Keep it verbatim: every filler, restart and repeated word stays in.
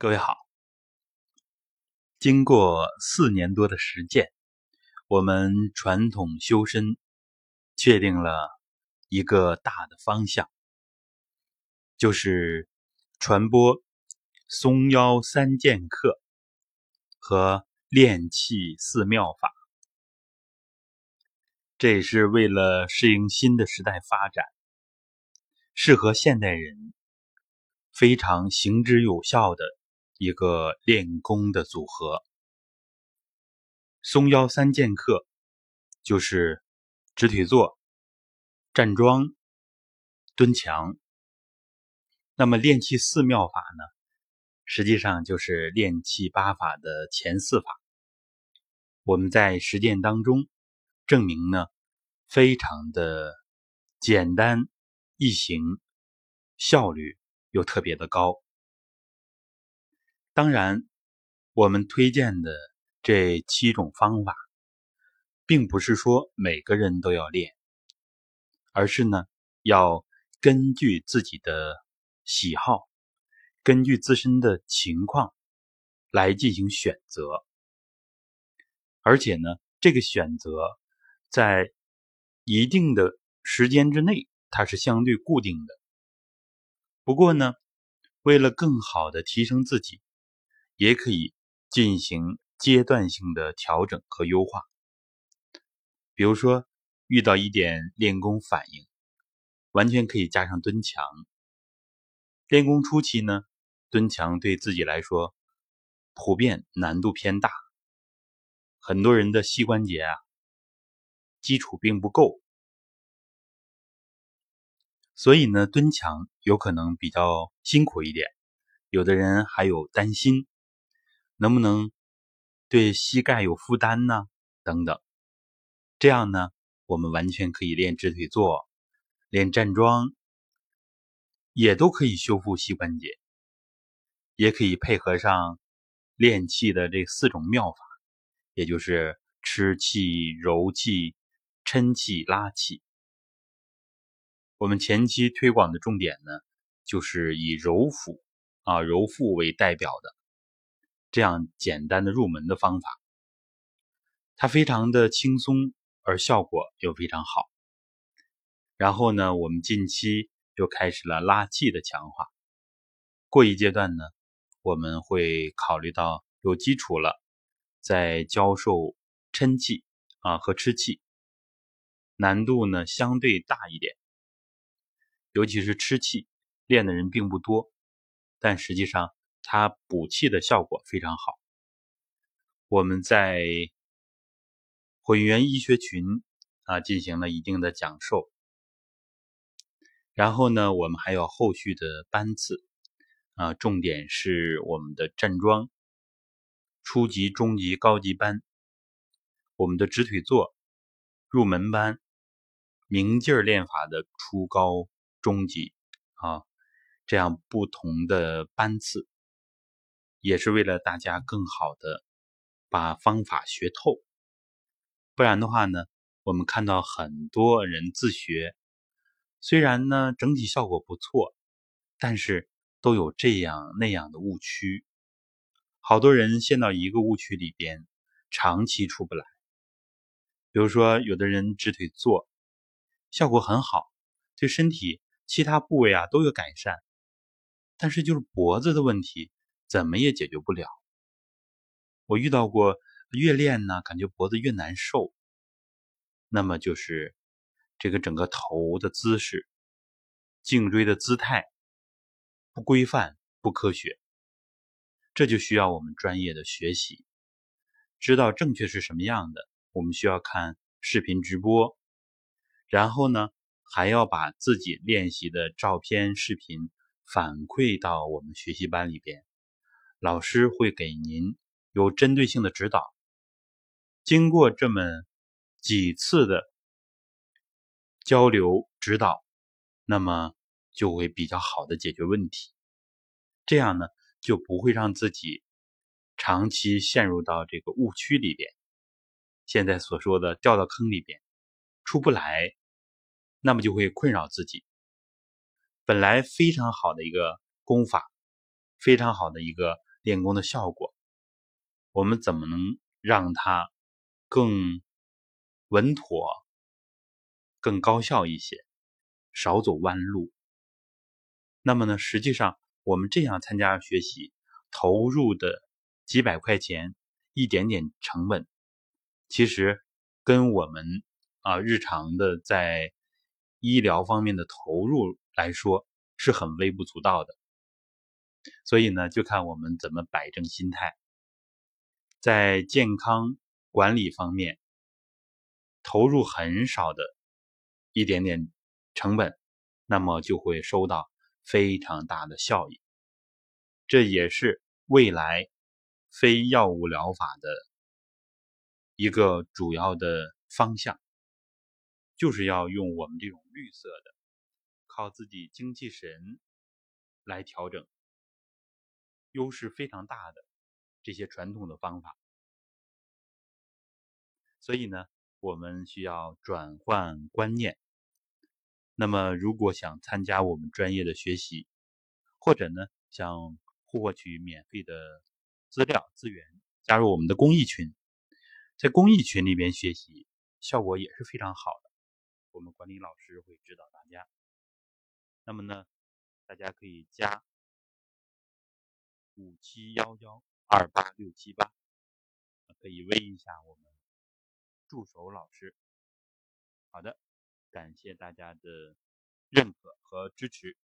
各位好，经过四年多的实践，我们传统修身确定了一个大的方向，就是传播松腰三剑客和炼气四妙法。这也是为了适应新的时代发展，适合现代人非常行之有效的一个练功的组合。松腰三剑客就是直腿坐、站桩、蹲墙。那么练气四妙法呢，实际上就是练气八法的前四法。我们在实践当中证明呢，非常的简单易行，效率又特别的高。当然，我们推荐的这七种方法，并不是说每个人都要练，而是呢，要根据自己的喜好，根据自身的情况来进行选择。而且呢，这个选择在一定的时间之内，它是相对固定的。不过呢，为了更好的提升自己，也可以进行阶段性的调整和优化。比如说，遇到一点练功反应，完全可以加上蹲墙。练功初期呢，蹲墙对自己来说普遍难度偏大，很多人的膝关节啊基础并不够，所以呢蹲墙有可能比较辛苦一点。有的人还有担心能不能对膝盖有负担呢等等。这样呢，我们完全可以练直腿坐、练站桩，也都可以修复膝关节，也可以配合上练气的这四种妙法，也就是吃气、揉气、抻气、拉气。我们前期推广的重点呢，就是以揉腹啊揉腹为代表的这样简单的入门的方法，它非常的轻松，而效果又非常好。然后呢，我们近期又开始了拉气的强化。过一阶段呢，我们会考虑到有基础了，再教授抻气啊和吃气，难度呢相对大一点。尤其是吃气，练的人并不多，但实际上它补气的效果非常好。我们在混元医学群啊进行了一定的讲授，然后呢，我们还有后续的班次啊，重点是我们的站桩、初级、中级、高级班，我们的直腿坐入门班，明劲儿练法的初高中级啊，这样不同的班次，也是为了大家更好的把方法学透。不然的话呢，我们看到很多人自学，虽然呢整体效果不错，但是都有这样那样的误区。好多人陷到一个误区里边，长期出不来。比如说有的人直腿坐效果很好，对身体其他部位啊都有改善，但是就是脖子的问题怎么也解决不了。我遇到过越练呢感觉脖子越难受，那么就是这个整个头的姿势、颈椎的姿态不规范、不科学，这就需要我们专业的学习，知道正确是什么样的。我们需要看视频直播，然后呢还要把自己练习的照片、视频反馈到我们学习班里边，老师会给您有针对性的指导。经过这么几次的交流指导，那么就会比较好的解决问题。这样呢，就不会让自己长期陷入到这个误区里边，现在所说的掉到坑里边出不来，那么就会困扰自己。本来非常好的一个功法，非常好的一个练功的效果，我们怎么能让它更稳妥、更高效一些，少走弯路。那么呢，实际上我们这样参加学习，投入的几百块钱，一点点成本，其实跟我们啊日常的在医疗方面的投入来说是很微不足道的。所以呢，就看我们怎么摆正心态。在健康管理方面，投入很少的一点点成本，那么就会收到非常大的效益。这也是未来非药物疗法的一个主要的方向，就是要用我们这种绿色的，靠自己精气神来调整，优势非常大的这些传统的方法。所以呢，我们需要转换观念。那么如果想参加我们专业的学习，或者呢想获取免费的资料资源，加入我们的公益群，在公益群里边学习效果也是非常好的，我们管理老师会指导大家。那么呢，大家可以加五七一一二八六七八，可以微一下我们助手老师。好的，感谢大家的认可和支持。